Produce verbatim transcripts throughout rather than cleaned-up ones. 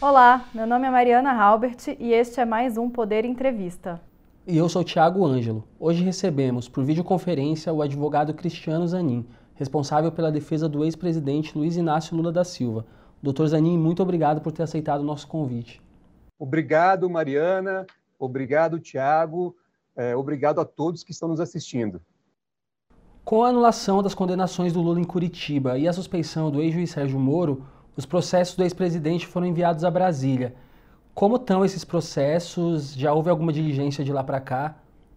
Olá, meu nome é Mariana Halbert e este é mais um Poder Entrevista. E eu sou Thiago Ângelo. Hoje recebemos, por videoconferência, o advogado Cristiano Zanin, responsável pela defesa do ex-presidente Luiz Inácio Lula da Silva. doutor Zanin, muito obrigado por ter aceitado o nosso convite. Obrigado, Mariana. Obrigado, Thiago. É, obrigado a todos que estão nos assistindo. Com a anulação das condenações do Lula em Curitiba e a suspeição do ex-juiz Sérgio Moro, os processos do ex-presidente foram enviados a Brasília. Como estão esses processos? Já houve alguma diligência de lá para cá?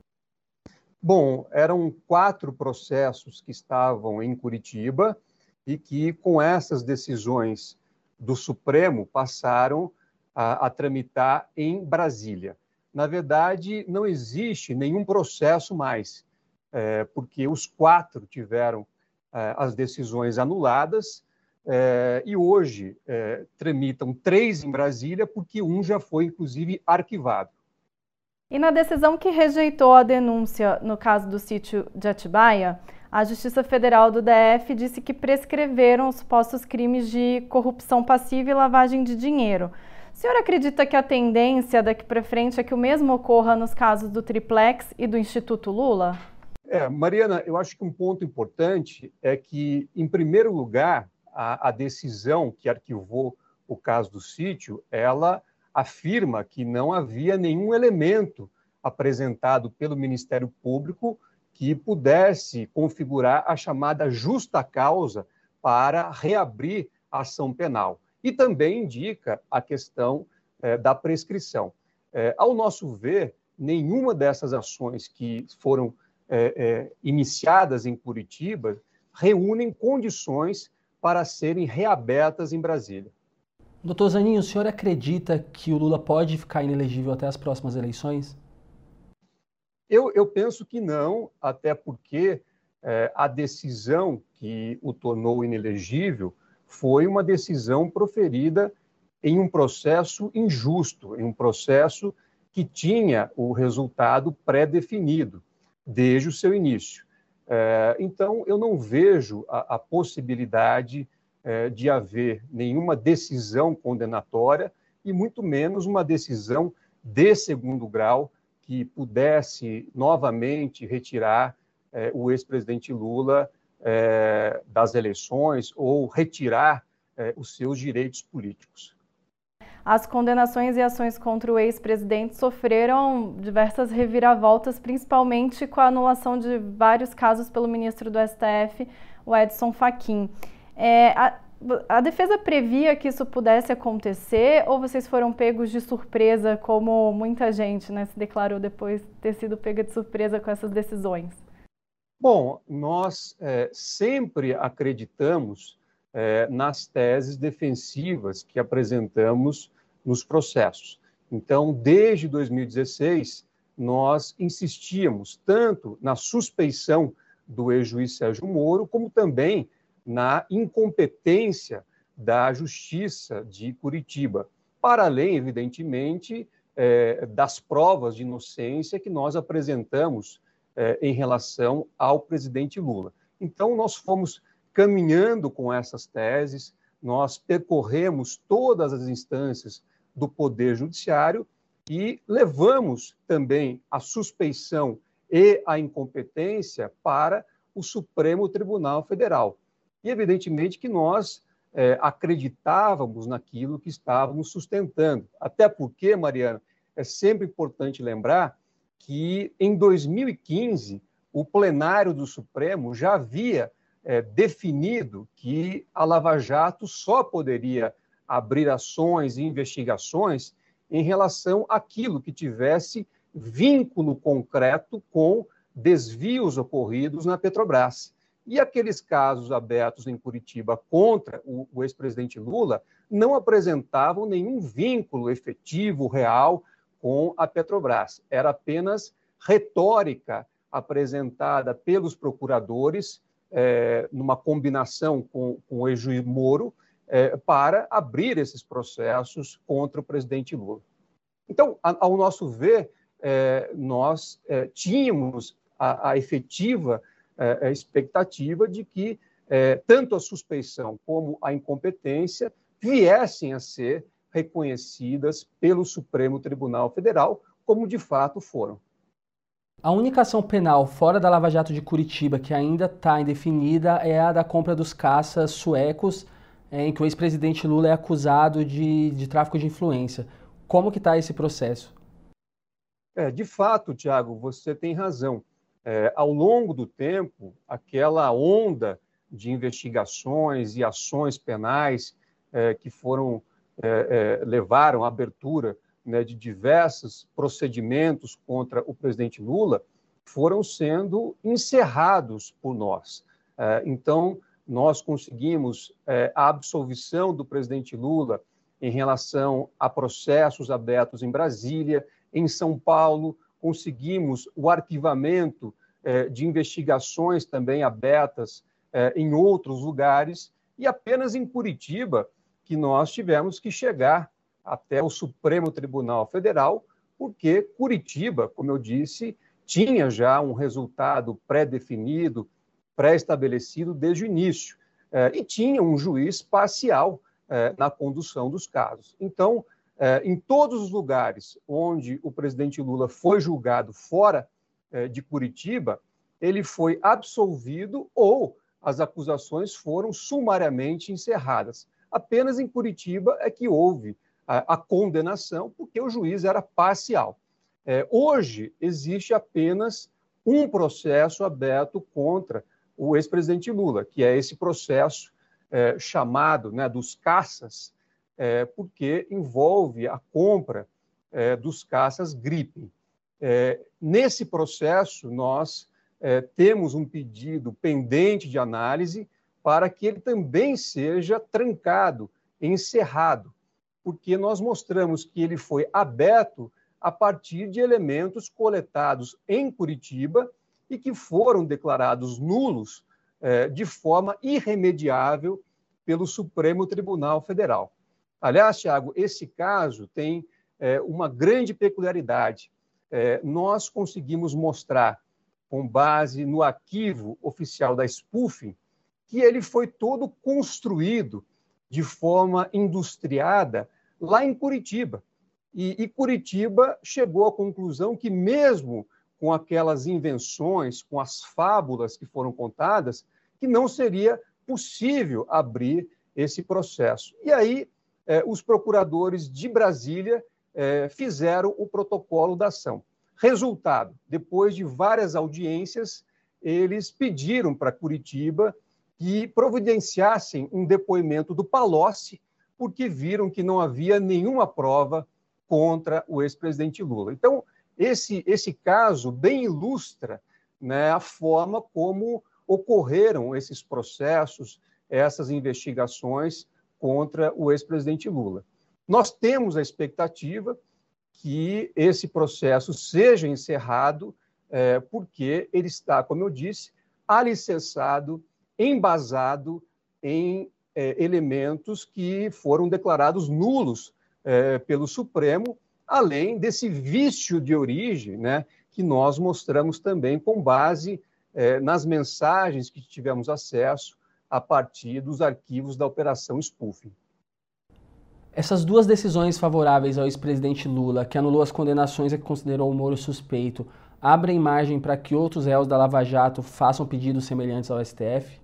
Bom, eram quatro processos que estavam em Curitiba e que, com essas decisões do Supremo, passaram a, a tramitar em Brasília. Na verdade, não existe nenhum processo mais, é, porque os quatro tiveram é, as decisões anuladas é, e hoje é, tramitam três em Brasília, porque um já foi, inclusive, arquivado. E na decisão que rejeitou a denúncia no caso do sítio de Atibaia, a Justiça Federal do D F disse que prescreveram os supostos crimes de corrupção passiva e lavagem de dinheiro. O senhor acredita que a tendência daqui para frente é que o mesmo ocorra nos casos do Triplex e do Instituto Lula? É, Mariana, eu acho que um ponto importante é que, em primeiro lugar, a, a decisão que arquivou o caso do sítio, ela afirma que não havia nenhum elemento apresentado pelo Ministério Público que pudesse configurar a chamada justa causa para reabrir a ação penal. E também indica a questão eh, da prescrição. Eh, ao nosso ver, nenhuma dessas ações que foram eh, eh, iniciadas em Curitiba reúnem condições para serem reabertas em Brasília. doutor Zanin, o senhor acredita que o Lula pode ficar inelegível até as próximas eleições? Eu, eu penso que não, até porque é, a decisão que o tornou inelegível foi uma decisão proferida em um processo injusto, em um processo que tinha o resultado pré-definido desde o seu início. É, então, eu não vejo a, a possibilidade é, de haver nenhuma decisão condenatória e muito menos uma decisão de segundo grau que pudesse novamente retirar eh, o ex-presidente Lula eh, das eleições ou retirar eh, os seus direitos políticos. As condenações e ações contra o ex-presidente sofreram diversas reviravoltas, principalmente com a anulação de vários casos pelo ministro do S T F, o Edson Fachin. É, a, a defesa previa que isso pudesse acontecer ou vocês foram pegos de surpresa, como muita gente, né, se declarou depois de ter sido pega de surpresa com essas decisões? Bom, nós é, sempre acreditamos é, nas teses defensivas que apresentamos nos processos. Então, desde dois mil e dezesseis, nós insistíamos tanto na suspeição do ex-juiz Sérgio Moro, como também na incompetência da Justiça de Curitiba, para além, evidentemente, eh, das provas de inocência que nós apresentamos eh, em relação ao presidente Lula. Então, nós fomos caminhando com essas teses, nós percorremos todas as instâncias do Poder Judiciário e levamos também a suspeição e a incompetência para o Supremo Tribunal Federal. E, evidentemente, que nós é, acreditávamos naquilo que estávamos sustentando. Até porque, Mariana, é sempre importante lembrar que, em dois mil e quinze, o plenário do Supremo já havia é, definido que a Lava Jato só poderia abrir ações e investigações em relação àquilo que tivesse vínculo concreto com desvios ocorridos na Petrobras. E aqueles casos abertos em Curitiba contra o, o ex-presidente Lula não apresentavam nenhum vínculo efetivo, real, com a Petrobras. Era apenas retórica apresentada pelos procuradores, é, numa combinação com, com o ex-juiz Moro, é, para abrir esses processos contra o presidente Lula. Então, a, ao nosso ver, é, nós é, tínhamos a, a efetiva É, a expectativa de que é, tanto a suspeição como a incompetência viessem a ser reconhecidas pelo Supremo Tribunal Federal, como de fato foram. A única ação penal fora da Lava Jato de Curitiba que ainda está indefinida é a da compra dos caças suecos, em que o ex-presidente Lula é acusado de, de tráfico de influência. Como que está esse processo? É, de fato, Tiago, você tem razão. É, ao longo do tempo, aquela onda de investigações e ações penais é, que foram é, é, levaram à abertura, né, de diversos procedimentos contra o presidente Lula foram sendo encerrados por nós. É, então, nós conseguimos é, a absolvição do presidente Lula em relação a processos abertos em Brasília, em São Paulo, conseguimos o arquivamento eh, de investigações também abertas eh, em outros lugares, e apenas em Curitiba que nós tivemos que chegar até o Supremo Tribunal Federal, porque Curitiba, como eu disse, tinha já um resultado pré-definido, pré-estabelecido desde o início, eh, e tinha um juiz parcial eh, na condução dos casos. Então, eh, em todos os lugares onde o presidente Lula foi julgado fora eh, de Curitiba, ele foi absolvido ou as acusações foram sumariamente encerradas. Apenas em Curitiba é que houve a, a condenação, porque o juiz era parcial. Eh, hoje, existe apenas um processo aberto contra o ex-presidente Lula, que é esse processo é, chamado, né, dos caças, é, porque envolve a compra é, dos caças Gripen. É, nesse processo, nós é, temos um pedido pendente de análise para que ele também seja trancado, encerrado, porque nós mostramos que ele foi aberto a partir de elementos coletados em Curitiba e que foram declarados nulos eh, de forma irremediável pelo Supremo Tribunal Federal. Aliás, Thiago, esse caso tem eh, uma grande peculiaridade. Eh, nós conseguimos mostrar, com base no arquivo oficial da Spoofing, que ele foi todo construído de forma industriada lá em Curitiba. E, e Curitiba chegou à conclusão que, mesmo com aquelas invenções, com as fábulas que foram contadas, que não seria possível abrir esse processo. E aí, eh, os procuradores de Brasília eh, fizeram o protocolo da ação. Resultado, depois de várias audiências, eles pediram para Curitiba que providenciassem um depoimento do Palocci, porque viram que não havia nenhuma prova contra o ex-presidente Lula. Então, esse, esse caso bem ilustra, né, a forma como ocorreram esses processos, essas investigações contra o ex-presidente Lula. Nós temos a expectativa que esse processo seja encerrado, é, porque ele está, como eu disse, alicerçado, embasado em é, elementos que foram declarados nulos é, pelo Supremo, além desse vício de origem, né, que nós mostramos também com base eh, nas mensagens que tivemos acesso a partir dos arquivos da Operação Spoofing. Essas duas decisões favoráveis ao ex-presidente Lula, que anulou as condenações e que considerou o Moro suspeito, abrem margem para que outros réus da Lava Jato façam pedidos semelhantes ao S T F?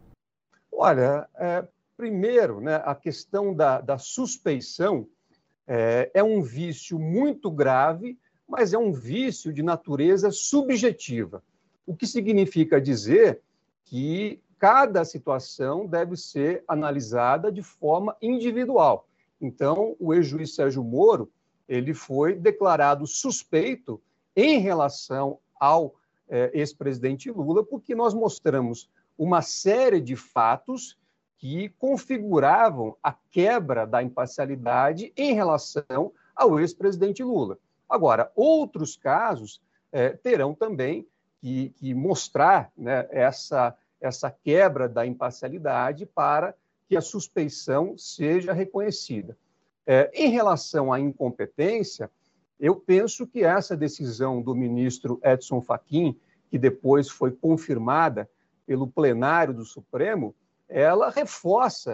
Olha, é, primeiro, né, a questão da, da suspeição é, é um vício muito grave, mas é um vício de natureza subjetiva, o que significa dizer que cada situação deve ser analisada de forma individual. Então, o ex-juiz Sérgio Moro, ele foi declarado suspeito em relação ao eh, ex-presidente Lula, porque nós mostramos uma série de fatos que configuravam a quebra da imparcialidade em relação ao ex-presidente Lula. Agora, outros casos eh, terão também que, que mostrar, né, essa, essa quebra da imparcialidade para que a suspeição seja reconhecida. Eh, em relação à incompetência, eu penso que essa decisão do ministro Edson Fachin, que depois foi confirmada pelo plenário do Supremo, ela reforça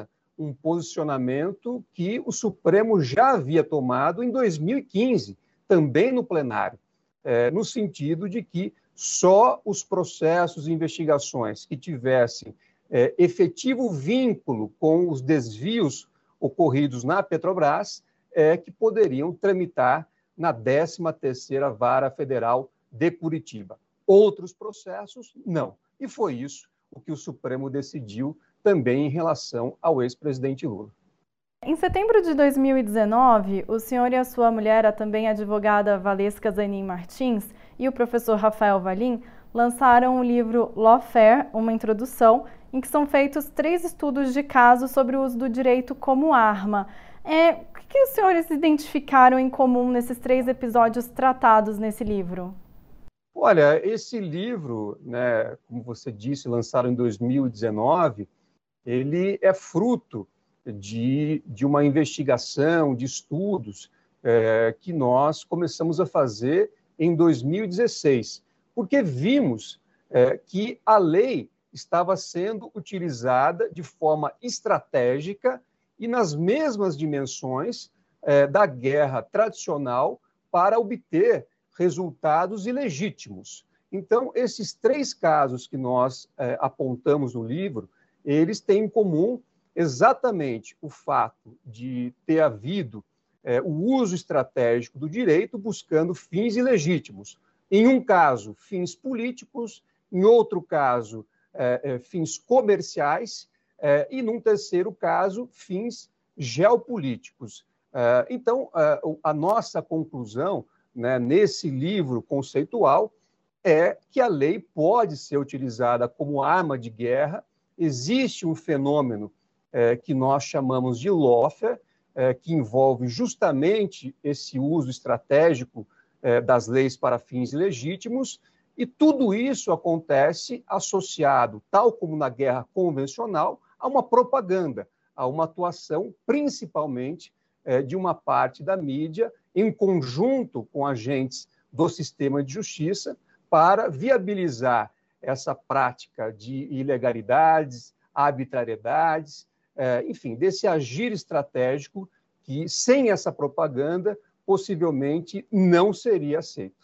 um posicionamento que o Supremo já havia tomado em dois mil e quinze, também no plenário, é, no sentido de que só os processos e investigações que tivessem é, efetivo vínculo com os desvios ocorridos na Petrobras é que poderiam tramitar na décima terceira Vara Federal de Curitiba. Outros processos, não. E foi isso o que o Supremo decidiu também em relação ao ex-presidente Lula. Em setembro de dois mil e dezenove, o senhor e a sua mulher, a também advogada Valesca Zanin Martins, e o professor Rafael Valim, lançaram o livro Lawfare, uma introdução, em que são feitos três estudos de caso sobre o uso do direito como arma. É, o que os senhores identificaram em comum nesses três episódios tratados nesse livro? Olha, esse livro, né, como você disse, lançado em dois mil e dezenove, ele é fruto de, de uma investigação, de estudos é, que nós começamos a fazer em dois mil e dezesseis, porque vimos é, que a lei estava sendo utilizada de forma estratégica e nas mesmas dimensões é, da guerra tradicional para obter resultados ilegítimos. Então, esses três casos que nós é, apontamos no livro, eles têm em comum exatamente o fato de ter havido é, o uso estratégico do direito buscando fins ilegítimos. Em um caso, fins políticos, em outro caso, é, é, fins comerciais, é, e num terceiro caso, fins geopolíticos. É, então, a, a nossa conclusão, né, nesse livro conceitual é que a lei pode ser utilizada como arma de guerra. Existe um fenômeno é, que nós chamamos de lawfare, é, que envolve justamente esse uso estratégico é, das leis para fins ilegítimos, e tudo isso acontece associado, tal como na guerra convencional, a uma propaganda, a uma atuação principalmente é, de uma parte da mídia, em conjunto com agentes do sistema de justiça, para viabilizar essa prática de ilegalidades, arbitrariedades, é, enfim, desse agir estratégico que, sem essa propaganda, possivelmente não seria aceito.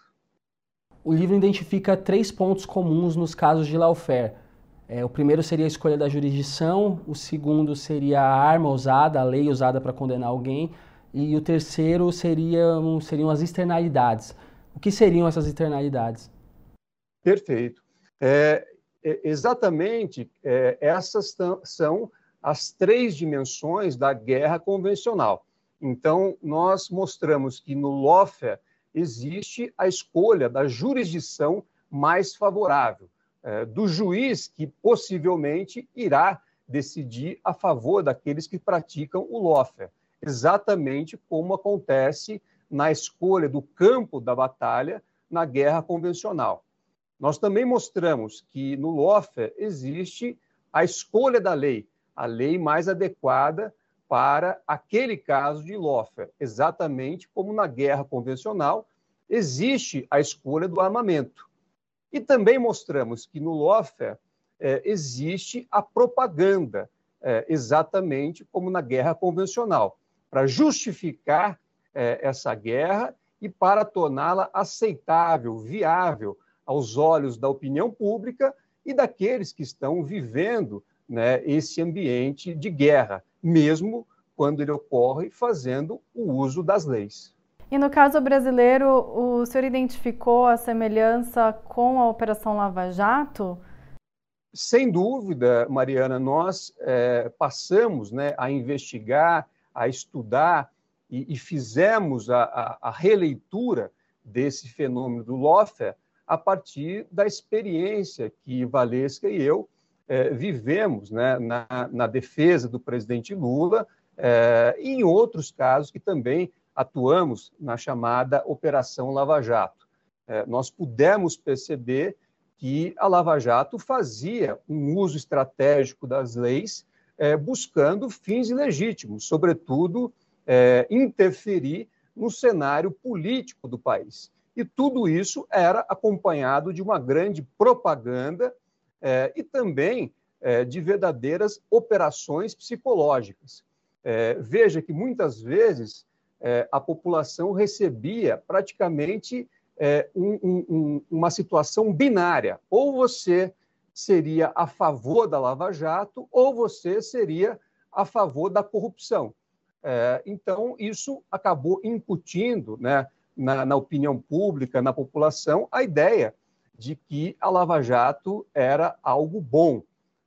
O livro identifica três pontos comuns nos casos de lawfare. É, o primeiro seria a escolha da jurisdição, o segundo seria a arma usada, a lei usada para condenar alguém, e o terceiro seriam, seriam as externalidades. O que seriam essas externalidades? Perfeito. É, é, exatamente, é, essas são as três dimensões da guerra convencional. Então, nós mostramos que no lawfare existe a escolha da jurisdição mais favorável, é, do juiz que possivelmente irá decidir a favor daqueles que praticam o lawfare, exatamente como acontece na escolha do campo da batalha na guerra convencional. Nós também mostramos que no lawfare existe a escolha da lei, a lei mais adequada para aquele caso de lawfare, exatamente como na guerra convencional existe a escolha do armamento. E também mostramos que no lawfare eh, existe a propaganda, eh, exatamente como na guerra convencional, para justificar eh, essa guerra e para torná-la aceitável, viável aos olhos da opinião pública e daqueles que estão vivendo, né, esse ambiente de guerra, mesmo quando ele ocorre fazendo o uso das leis. E no caso brasileiro, o senhor identificou a semelhança com a Operação Lava Jato? Sem dúvida, Mariana, nós é, passamos, né, a investigar, a estudar e, e fizemos a, a, a releitura desse fenômeno do lawfare a partir da experiência que Valesca e eu é, vivemos, né, na, na defesa do presidente Lula é, e em outros casos que também atuamos na chamada Operação Lava Jato. É, nós pudemos perceber que a Lava Jato fazia um uso estratégico das leis é, buscando fins ilegítimos, sobretudo é, interferir no cenário político do país. E tudo isso era acompanhado de uma grande propaganda é, e também é, de verdadeiras operações psicológicas. É, veja que muitas vezes é, a população recebia praticamente é, um, um, uma situação binária. Ou você seria a favor da Lava Jato, ou você seria a favor da corrupção. É, então, isso acabou incutindo, né, na, na opinião pública, na população, a ideia de que a Lava Jato era algo bom.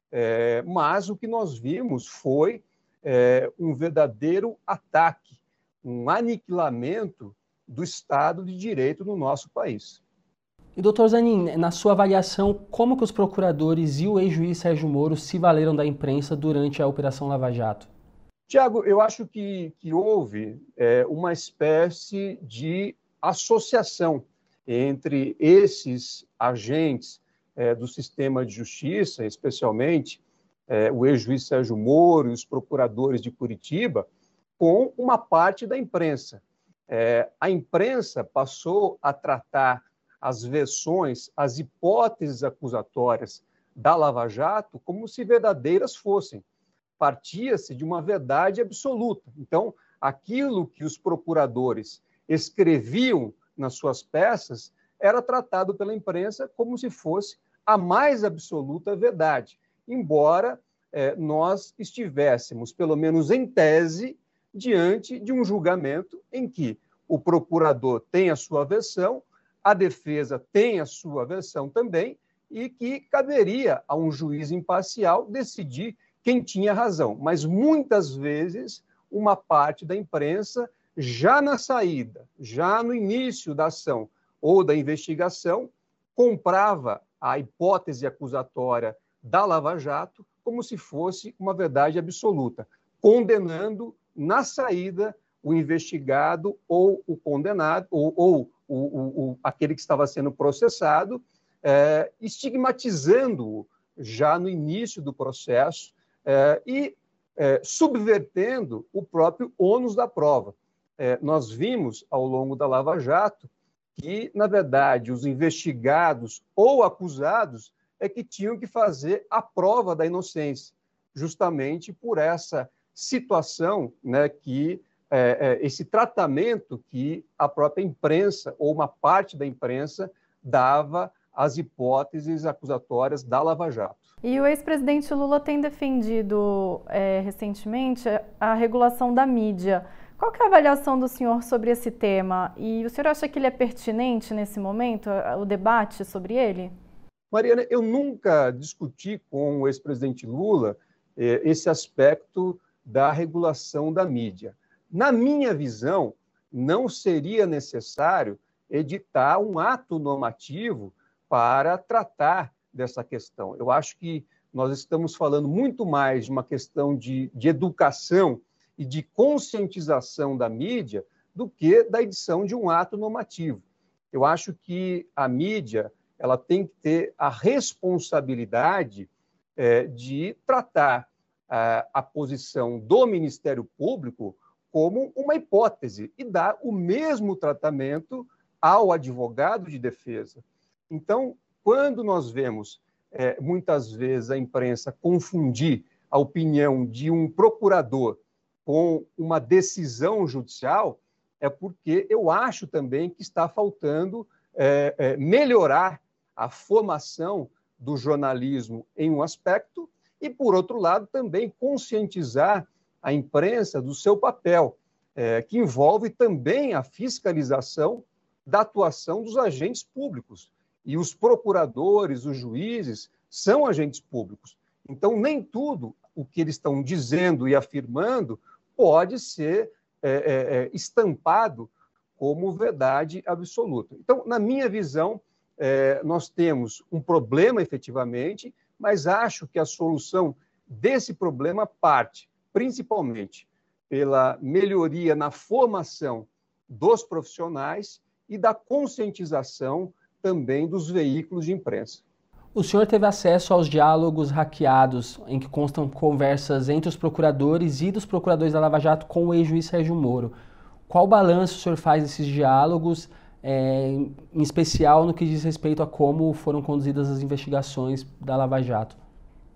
É, mas o que nós vimos foi é, um verdadeiro ataque, um aniquilamento do Estado de Direito no nosso país. E, doutor Zanin, na sua avaliação, como que os procuradores e o ex-juiz Sérgio Moro se valeram da imprensa durante a Operação Lava Jato? Tiago, eu acho que, que houve é, uma espécie de associação entre esses agentes é, do sistema de justiça, especialmente é, o ex-juiz Sérgio Moro e os procuradores de Curitiba, com uma parte da imprensa. É, a imprensa passou a tratar as versões, as hipóteses acusatórias da Lava Jato como se verdadeiras fossem. Partia-se de uma verdade absoluta. Então, aquilo que os procuradores escreviam nas suas peças era tratado pela imprensa como se fosse a mais absoluta verdade, embora eh, nós estivéssemos, pelo menos em tese, diante de um julgamento em que o procurador tem a sua versão, a defesa tem a sua versão também, e que caberia a um juiz imparcial decidir quem tinha razão. Mas, muitas vezes, uma parte da imprensa, já na saída, já no início da ação ou da investigação, comprava a hipótese acusatória da Lava Jato como se fosse uma verdade absoluta, condenando na saída o investigado ou o condenado, ou, ou o, o, o, aquele que estava sendo processado, é, estigmatizando-o já no início do processo é, e é, subvertendo o próprio ônus da prova. É, nós vimos, ao longo da Lava Jato, que, na verdade, os investigados ou acusados é que tinham que fazer a prova da inocência, justamente por essa situação, né, que é, é, esse tratamento que a própria imprensa, ou uma parte da imprensa, dava às hipóteses acusatórias da Lava Jato. E o ex-presidente Lula tem defendido é, recentemente a regulação da mídia. Qual que é a avaliação do senhor sobre esse tema? E o senhor acha que ele é pertinente nesse momento, o debate sobre ele? Mariana, eu nunca discuti com o ex-presidente Lula eh, esse aspecto da regulação da mídia. Na minha visão, não seria necessário editar um ato normativo para tratar dessa questão. Eu acho que nós estamos falando muito mais de uma questão de, de educação e de conscientização da mídia do que da edição de um ato normativo. Eu acho que a mídia ela tem que ter a responsabilidade é, de tratar a, a posição do Ministério Público como uma hipótese e dar o mesmo tratamento ao advogado de defesa. Então, quando nós vemos é, muitas vezes a imprensa confundir a opinião de um procurador com uma decisão judicial, é porque eu acho também que está faltando é, é, melhorar a formação do jornalismo em um aspecto e, por outro lado, também conscientizar a imprensa do seu papel, é, que envolve também a fiscalização da atuação dos agentes públicos. E os procuradores, os juízes, são agentes públicos. Então, nem tudo o que eles estão dizendo e afirmando pode ser é, é, estampado como verdade absoluta. Então, na minha visão, é, nós temos um problema efetivamente, mas acho que a solução desse problema parte, principalmente, pela melhoria na formação dos profissionais e da conscientização também dos veículos de imprensa. O senhor teve acesso aos diálogos hackeados, em que constam conversas entre os procuradores e dos procuradores da Lava Jato com o ex-juiz Sérgio Moro. Qual balanço o senhor faz desses diálogos, é, em especial no que diz respeito a como foram conduzidas as investigações da Lava Jato?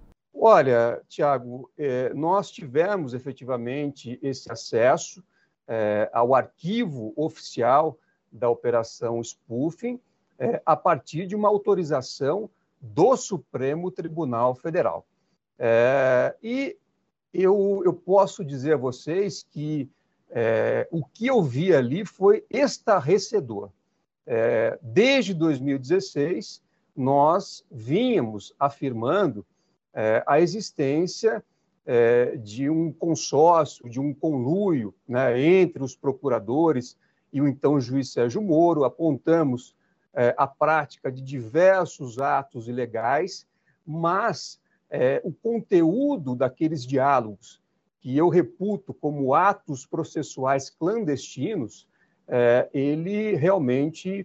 Olha, Tiago, eh, nós tivemos efetivamente esse acesso eh, ao arquivo oficial da Operação Spoofing eh, a partir de uma autorização do Supremo Tribunal Federal. É, e eu, eu posso dizer a vocês que é, o que eu vi ali foi estarrecedor. É, desde dois mil e dezesseis, nós vínhamos afirmando é, a existência é, de um consórcio, de um conluio, né, entre os procuradores e o então juiz Sérgio Moro. Apontamos é, a prática de diversos atos ilegais, mas É, o conteúdo daqueles diálogos, que eu reputo como atos processuais clandestinos, é, ele realmente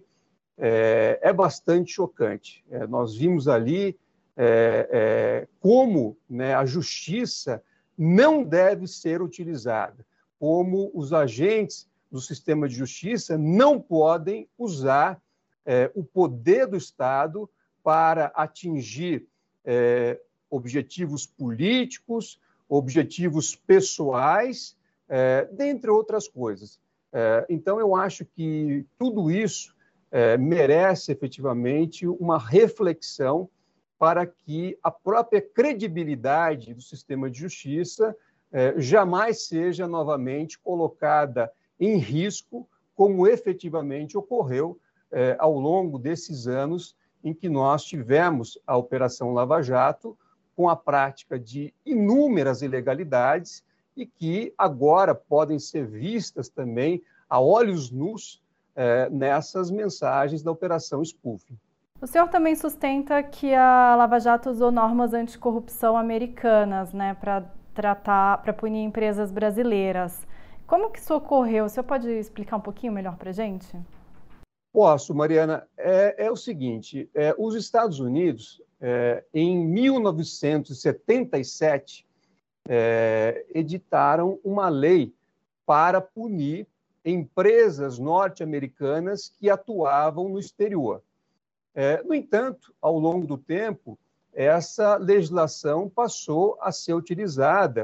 é, é bastante chocante. É, nós vimos ali é, é, como, né, a justiça não deve ser utilizada, como os agentes do sistema de justiça não podem usar é, o poder do Estado para atingir é, objetivos políticos, objetivos pessoais, é, dentre outras coisas. É, então, eu acho que tudo isso é, merece efetivamente uma reflexão para que a própria credibilidade do sistema de justiça é, jamais seja novamente colocada em risco, como efetivamente ocorreu é, ao longo desses anos em que nós tivemos a Operação Lava Jato, com a prática de inúmeras ilegalidades e que agora podem ser vistas também a olhos nus eh, nessas mensagens da Operação Spoofing. O senhor também sustenta que a Lava Jato usou normas anticorrupção americanas, né, para tratar, para punir empresas brasileiras. Como que isso ocorreu? O senhor pode explicar um pouquinho melhor para a gente? Posso, Mariana. É, é o seguinte, é, os Estados Unidos, é, em mil novecentos e setenta e sete, é, editaram uma lei para punir empresas norte-americanas que atuavam no exterior. É, no entanto, ao longo do tempo, essa legislação passou a ser utilizada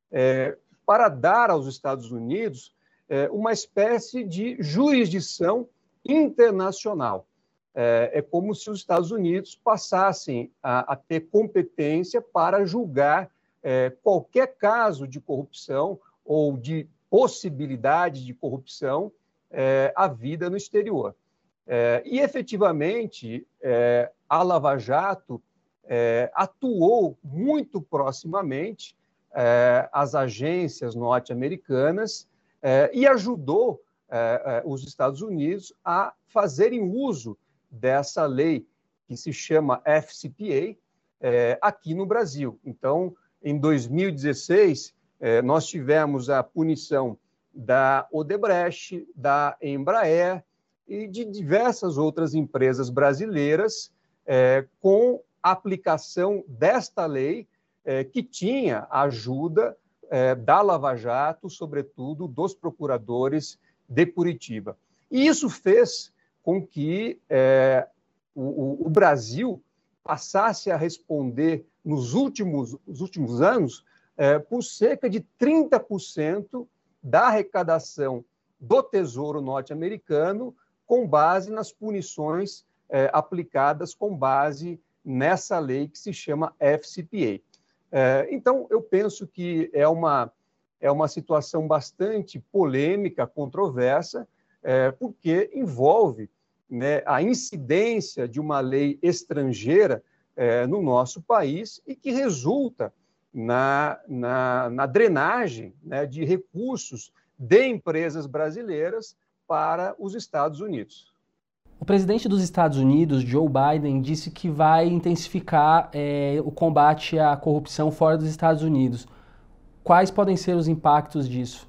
é, para dar aos Estados Unidos é, uma espécie de jurisdição internacional. É, é como se os Estados Unidos passassem a, a ter competência para julgar é, qualquer caso de corrupção ou de possibilidade de corrupção é, havida no exterior. É, e, efetivamente, é, a Lava Jato é, atuou muito proximamente é, às agências norte-americanas é, e ajudou é, é, os Estados Unidos a fazerem uso dessa lei que se chama F C P A é, aqui no Brasil. Então, em dois mil e dezesseis, é, nós tivemos a punição da Odebrecht, da Embraer e de diversas outras empresas brasileiras é, com a aplicação desta lei é, que tinha a ajuda é, da Lava Jato, sobretudo dos procuradores de Curitiba. E isso fez com que é, o, o Brasil passasse a responder nos últimos, nos últimos anos é, por cerca de trinta por cento da arrecadação do Tesouro norte-americano com base nas punições é, aplicadas com base nessa lei que se chama F C P A. É, então, eu penso que é uma, é uma situação bastante polêmica, controversa, é, porque envolve, né, a incidência de uma lei estrangeira é, no nosso país e que resulta na, na, na drenagem, né, de recursos de empresas brasileiras para os Estados Unidos. O presidente dos Estados Unidos, Joe Biden, disse que vai intensificar é, o combate à corrupção fora dos Estados Unidos. Quais podem ser os impactos disso?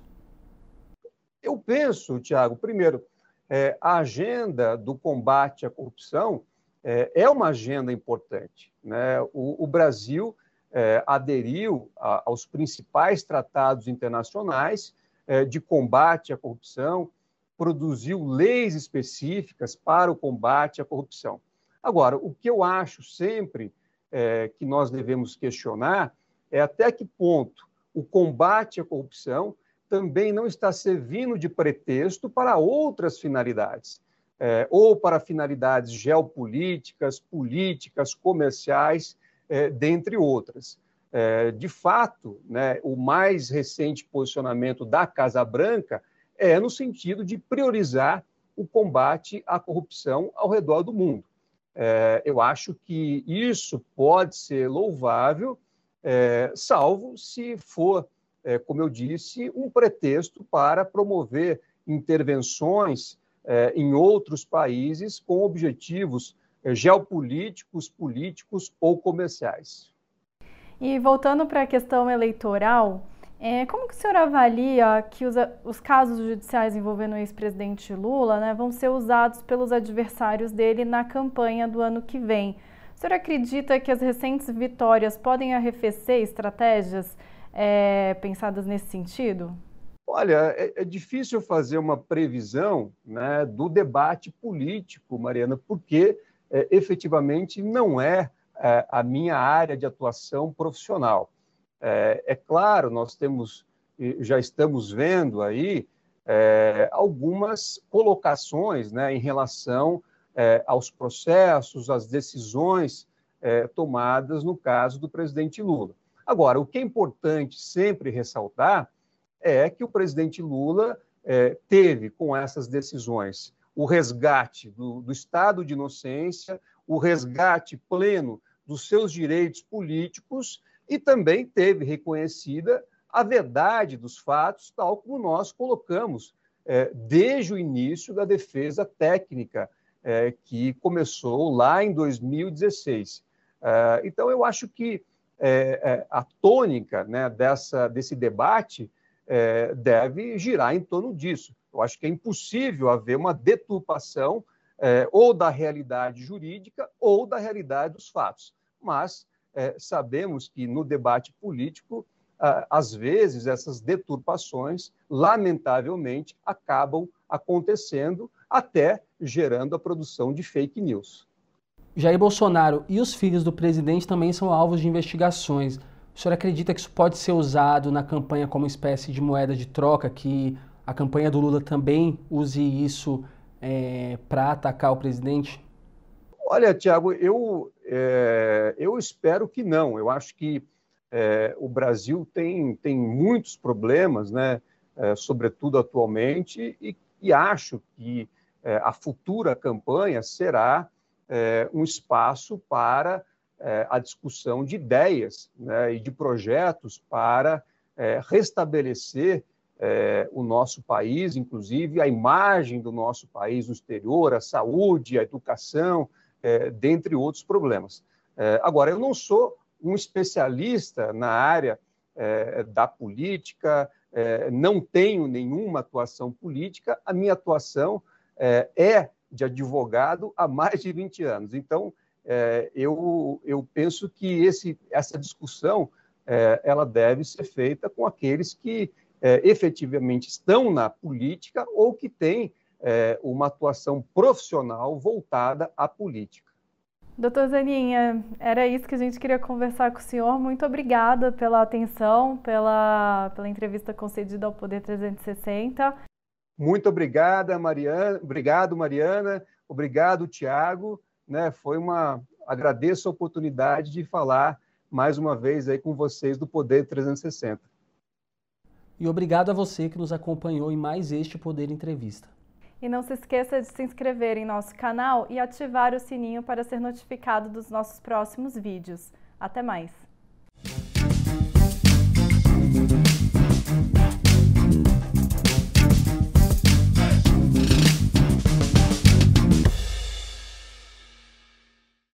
Eu penso, Tiago, primeiro, é, a agenda do combate à corrupção é, é uma agenda importante, né? O, o Brasil é, aderiu a, aos principais tratados internacionais é, de combate à corrupção, produziu leis específicas para o combate à corrupção. Agora, o que eu acho sempre é, que nós devemos questionar é até que ponto o combate à corrupção também não está servindo de pretexto para outras finalidades, é, ou para finalidades geopolíticas, políticas, comerciais, é, dentre outras. É, de fato, né, o mais recente posicionamento da Casa Branca é no sentido de priorizar o combate à corrupção ao redor do mundo. É, eu acho que isso pode ser louvável, é, salvo se for, é, como eu disse, um pretexto para promover intervenções é, em outros países com objetivos é, geopolíticos, políticos ou comerciais. E voltando para a questão eleitoral, é, como que o senhor avalia que os, os casos judiciais envolvendo o ex-presidente Lula, né, vão ser usados pelos adversários dele na campanha do ano que vem? O senhor acredita que as recentes vitórias podem arrefecer estratégias é, pensadas nesse sentido? Olha, é, é difícil fazer uma previsão, né, do debate político, Mariana, porque é, efetivamente não é, é a minha área de atuação profissional. É, é claro, nós temos, já estamos vendo aí é, algumas colocações, né, em relação é, aos processos, às decisões é, tomadas no caso do presidente Lula. Agora, o que é importante sempre ressaltar é que o presidente Lula é, teve, com essas decisões, o resgate do, do estado de inocência, o resgate pleno dos seus direitos políticos e também teve reconhecida a verdade dos fatos, tal como nós colocamos é, desde o início da defesa técnica, é, que começou lá em dois mil e dezesseis. É, então, eu acho que é, é, a tônica, né, dessa, desse debate é, deve girar em torno disso. Eu acho que é impossível haver uma deturpação é, ou da realidade jurídica ou da realidade dos fatos. Mas é, sabemos que no debate político, ah, às vezes, essas deturpações, lamentavelmente, acabam acontecendo, até gerando a produção de fake news. Jair Bolsonaro e os filhos do presidente também são alvos de investigações. O senhor acredita que isso pode ser usado na campanha como espécie de moeda de troca, que a campanha do Lula também use isso é, para atacar o presidente? Olha, Tiago, eu, é, eu espero que não. Eu acho que é, o Brasil tem, tem muitos problemas, né, é, sobretudo atualmente, e, e acho que é, a futura campanha será é, um espaço para é, a discussão de ideias, né, e de projetos para é, restabelecer é, o nosso país, inclusive a imagem do nosso país no exterior, a saúde, a educação, É, dentre outros problemas. É, agora, eu não sou um especialista na área é, da política, é, não tenho nenhuma atuação política, a minha atuação é, é de advogado há mais de vinte anos. Então, é, eu, eu penso que esse, essa discussão é, ela deve ser feita com aqueles que é, efetivamente estão na política ou que têm É, uma atuação profissional voltada à política. Doutor Zanin, era isso que a gente queria conversar com o senhor. Muito obrigada pela atenção, pela, pela entrevista concedida ao Poder trezentos e sessenta. Muito obrigada, Mariana. Obrigado, Mariana. Obrigado, Tiago. Né, foi uma... Agradeço a oportunidade de falar mais uma vez aí com vocês do Poder trezentos e sessenta. E obrigado a você que nos acompanhou em mais este Poder Entrevista. E não se esqueça de se inscrever em nosso canal e ativar o sininho para ser notificado dos nossos próximos vídeos. Até mais!